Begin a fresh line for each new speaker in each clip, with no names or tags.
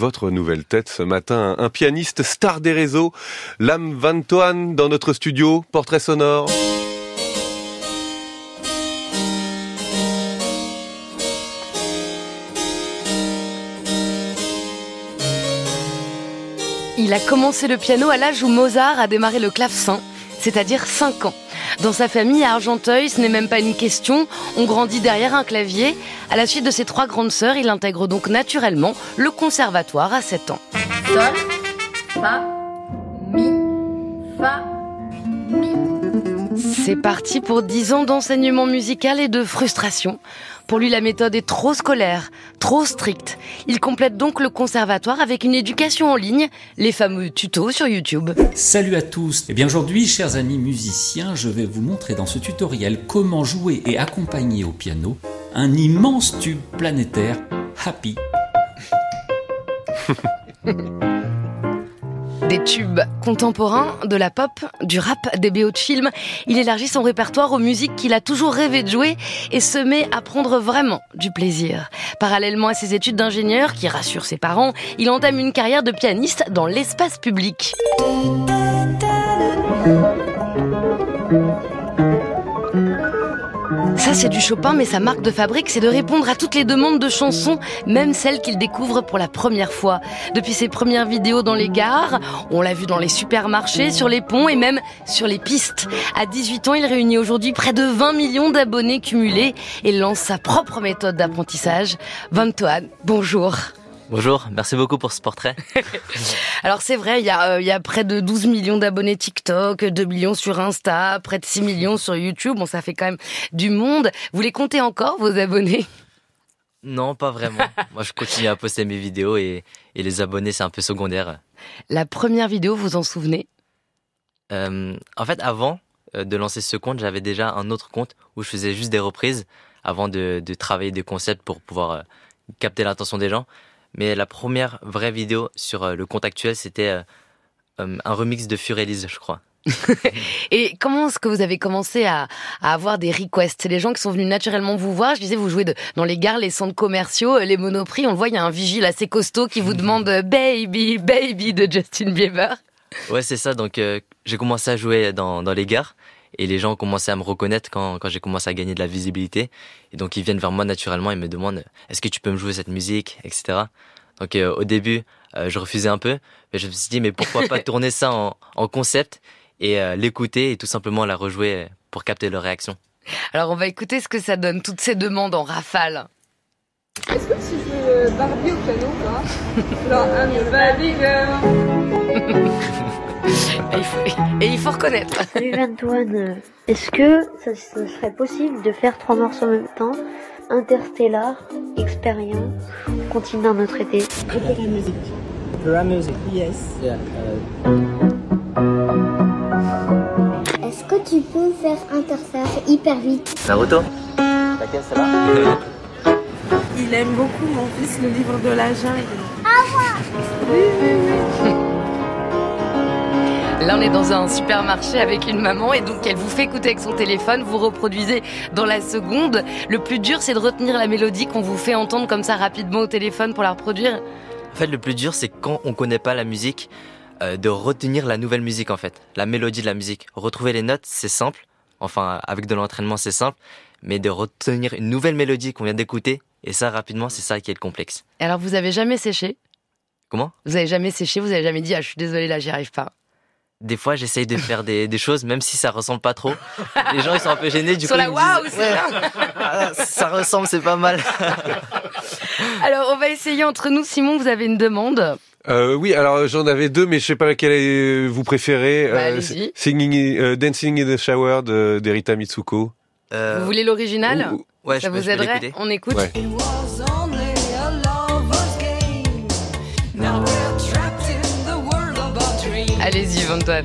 votre nouvelle tête ce matin. Un pianiste star des réseaux, Lam Van Toan dans notre studio, portrait sonore.
Il a commencé le piano à l'âge où Mozart a démarré le clavecin, c'est-à-dire 5 ans. Dans sa famille à Argenteuil, ce n'est même pas une question, on grandit derrière un clavier. À la suite de ses 3 grandes sœurs, il intègre donc naturellement le conservatoire à 7 ans.
Sol, fa, mi, fa, mi.
C'est parti pour 10 ans d'enseignement musical et de frustration. Pour lui, la méthode est trop scolaire, trop stricte. Il complète donc le conservatoire avec une éducation en ligne, les fameux tutos sur YouTube.
Salut à tous. Eh bien aujourd'hui, chers amis musiciens, je vais vous montrer dans ce tutoriel comment jouer et accompagner au piano un immense tube planétaire, Happy.
Des tubes contemporains, de la pop, du rap, des BO de films. Il élargit son répertoire aux musiques qu'il a toujours rêvé de jouer et se met à prendre vraiment du plaisir. Parallèlement à ses études d'ingénieur, qui rassurent ses parents, il entame une carrière de pianiste dans l'espace public. Ça, c'est du Chopin, mais sa marque de fabrique, c'est de répondre à toutes les demandes de chansons, même celles qu'il découvre pour la première fois. Depuis ses premières vidéos dans les gares, on l'a vu dans les supermarchés, sur les ponts et même sur les pistes. À 18 ans, il réunit aujourd'hui près de 20 millions d'abonnés cumulés et lance sa propre méthode d'apprentissage. Van Toan, bonjour.
Bonjour, merci beaucoup pour ce portrait.
Alors c'est vrai, il y a près de 12 millions d'abonnés TikTok, 2 millions sur Insta, près de 6 millions sur YouTube. Bon, ça fait quand même du monde. Vous les comptez encore, vos abonnés ?
Non, pas vraiment. Moi, je continue à poster mes vidéos et les abonnés, c'est un peu secondaire.
La première vidéo, vous en souvenez ?
En fait, avant de lancer ce compte, j'avais déjà un autre compte où je faisais juste des reprises avant de travailler des concepts pour pouvoir capter l'attention des gens. Mais la première vraie vidéo sur le compte actuel, c'était un remix de Furélise, je crois.
Et comment est-ce que vous avez commencé à avoir des requests ? C'est les gens qui sont venus naturellement vous voir. Je disais, vous jouez dans les gares, les centres commerciaux, les Monoprix. On le voit, il y a un vigile assez costaud qui vous demande « Baby, baby » de Justin Bieber.
Ouais, c'est ça. Donc, j'ai commencé à jouer dans les gares. Et les gens ont commencé à me reconnaître quand j'ai commencé à gagner de la visibilité. Et donc, ils viennent vers moi naturellement et me demandent « Est-ce que tu peux me jouer cette musique ?» etc. Donc, au début, je refusais un peu. Mais je me suis dit « Mais pourquoi pas tourner ça en concept et l'écouter et tout simplement la rejouer pour capter leur réaction ?»
Alors, on va écouter ce que ça donne, toutes ces demandes en rafale.
Est-ce que tu veux Barbie au piano, là? Genre, I'm a Barbie girl.
Et il faut reconnaître.
Salut Antoine, est-ce que ça serait possible de faire 3 morceaux en même temps? Interstellar, Expérience, continue dans notre été.
Opera music. Opera music. Yes. Yeah.
Est-ce que tu peux faire Interstellar hyper vite?
Naruto? Laquelle, celle-là?
Il aime beaucoup, mon fils, le livre de la jungle.
Ah, moi!
Oui.
Là, on est dans un supermarché avec une maman et donc elle vous fait écouter avec son téléphone, vous reproduisez dans la seconde. Le plus dur, c'est de retenir la mélodie qu'on vous fait entendre comme ça rapidement au téléphone pour la reproduire.
En fait, le plus dur, c'est quand on connaît pas la musique, de retenir la nouvelle musique en fait, la mélodie de la musique. Retrouver les notes, c'est simple. Enfin, avec de l'entraînement, c'est simple. Mais de retenir une nouvelle mélodie qu'on vient d'écouter, et ça rapidement, c'est ça qui est le complexe.
Alors, vous avez jamais séché ?
Comment ?
Vous avez jamais séché, vous avez jamais dit « Ah, je suis désolée, là, j'y arrive pas ».
Des fois, j'essaye de faire des choses, même si ça ressemble pas trop. Les gens, ils sont un peu gênés, du coup, ils me
waouh,
disent,
c'est bien.
Ça ressemble, c'est pas mal.
Alors, on va essayer entre nous. Simon, vous avez une demande ?
Oui, alors j'en avais 2, mais je sais pas laquelle vous préférez.
Allez-y.
Dancing in the Shower d'Erita Mitsuko.
Vous voulez l'original ?
Ouais,
ça vous aiderait ? On écoute ?
Ouais.
Allez-y, Antoine.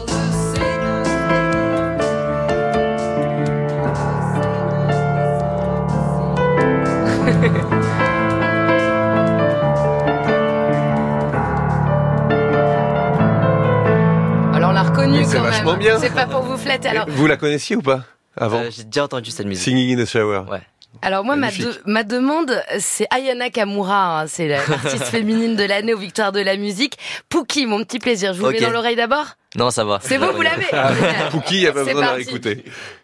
Alors on l'a reconnu quand même.
Vachement bien.
C'est pas pour vous flatter. Alors
vous la connaissiez ou pas avant?
J'ai déjà entendu cette musique.
Singing in the Shower.
Ouais.
Alors moi, ma demande, c'est Aya Nakamura, hein, c'est l'artiste féminine de l'année aux Victoires de la musique. Pouki, mon petit plaisir, je vous mets dans l'oreille d'abord.
Non, ça va.
C'est bon, vous l'avez.
Pouki, il n'y a pas besoin de la réécouter.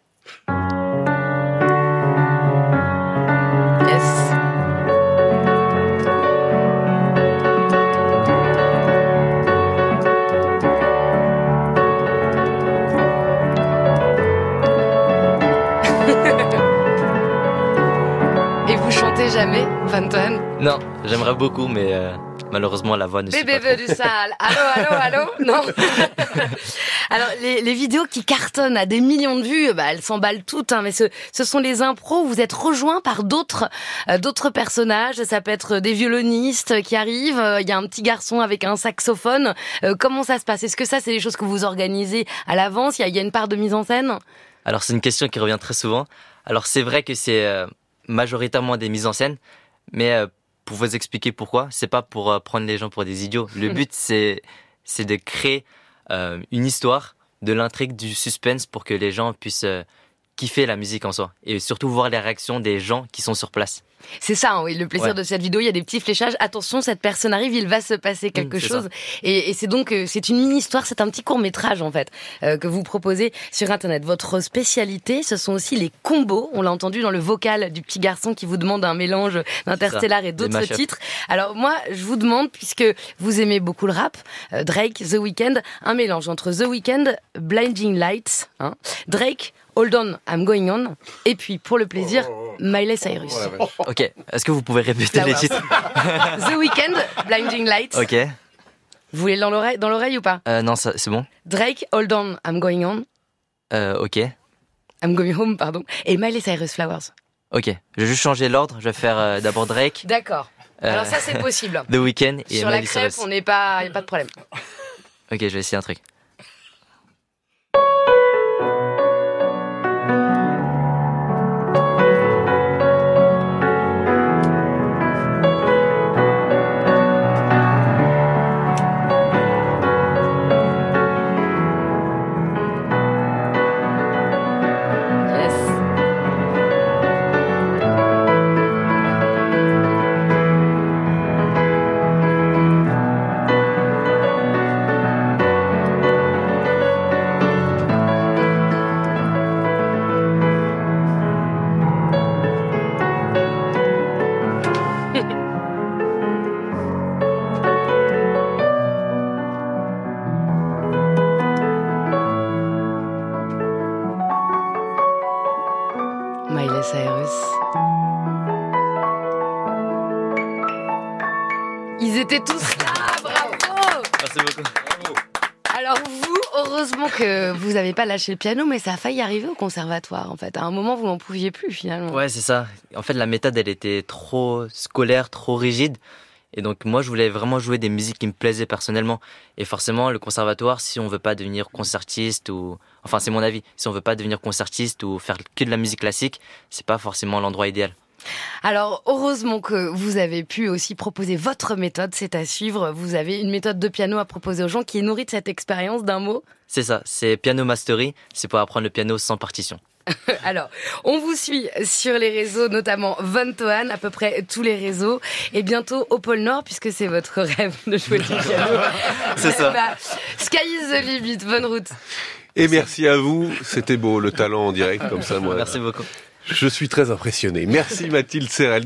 Jamais, Van-Toan?
Non, j'aimerais beaucoup, mais malheureusement la voix ne suit pas trop.
Bébé du sale. Allô Non. Alors les vidéos qui cartonnent à des millions de vues, elles s'emballent toutes, hein, mais ce sont les impros où vous êtes rejoints par d'autres personnages. Ça peut être des violonistes qui arrivent. Il y a un petit garçon avec un saxophone. Comment ça se passe? Est-ce que ça, c'est des choses que vous organisez à l'avance? Il y a une part de mise en scène?
Alors c'est une question qui revient très souvent. Alors c'est vrai que c'est majoritairement des mises en scène, mais pour vous expliquer pourquoi, c'est pas pour prendre les gens pour des idiots. Le but c'est de créer une histoire, de l'intrigue, du suspense pour que les gens puissent kiffer la musique en soi et surtout voir les réactions des gens qui sont sur place.
C'est ça, hein, oui, le plaisir de cette vidéo. Il y a des petits fléchages. Attention, cette personne arrive, il va se passer quelque chose. Et c'est donc, c'est une mini-histoire, c'est un petit court-métrage, en fait, que vous proposez sur Internet. Votre spécialité, ce sont aussi les combos. On l'a entendu dans le vocal du petit garçon qui vous demande un mélange d'Interstellar et d'autres titres. Alors, moi, je vous demande, puisque vous aimez beaucoup le rap, Drake, The Weeknd, un mélange entre The Weeknd, Blinding Lights, hein, Drake, Hold On, I'm Going On, et puis, pour le plaisir, Miley Cyrus.
Ok, est-ce que vous pouvez répéter les titres?
The Weeknd, Blinding Lights.
Ok.
Vous voulez dans l'oreille ou pas?
Non, ça, c'est bon.
Drake, Hold On, I'm Going On.
Ok.
I'm Going Home, pardon. Et Miley Cyrus, Flowers.
Ok, je vais juste changer l'ordre. Je vais faire d'abord Drake.
D'accord. Alors ça, c'est possible.
The Weeknd et
sur
Miley
la crêpe,
Cyrus.
y a pas de problème.
Ok, je vais essayer un truc.
Miley Cyrus. Ils étaient tous là, bravo!
Merci beaucoup. Bravo.
Alors vous, heureusement que vous n'avez pas lâché le piano, mais ça a failli arriver au conservatoire, en fait. À un moment, vous n'en pouviez plus, finalement.
Ouais, c'est ça. En fait, la méthode, elle était trop scolaire, trop rigide. Et donc, moi, je voulais vraiment jouer des musiques qui me plaisaient personnellement. Et forcément, le conservatoire, si on veut pas devenir concertiste ou... Enfin, c'est mon avis. Si on veut pas devenir concertiste ou faire que de la musique classique, c'est pas forcément l'endroit idéal.
Alors, heureusement que vous avez pu aussi proposer votre méthode, c'est à suivre. Vous avez une méthode de piano à proposer aux gens qui est nourrie de cette expérience d'un mot.
C'est ça, c'est Piano Mastery, c'est pour apprendre le piano sans partition.
Alors, on vous suit sur les réseaux, notamment Van-Toan, à peu près tous les réseaux, et bientôt au pôle Nord, puisque c'est votre rêve de jouer du piano.
C'est ça.
Sky is the limit, bonne route.
Et merci à vous, c'était beau, le talent en direct comme ça, moi.
Merci beaucoup.
Je suis très impressionné. Merci Mathilde Serrel.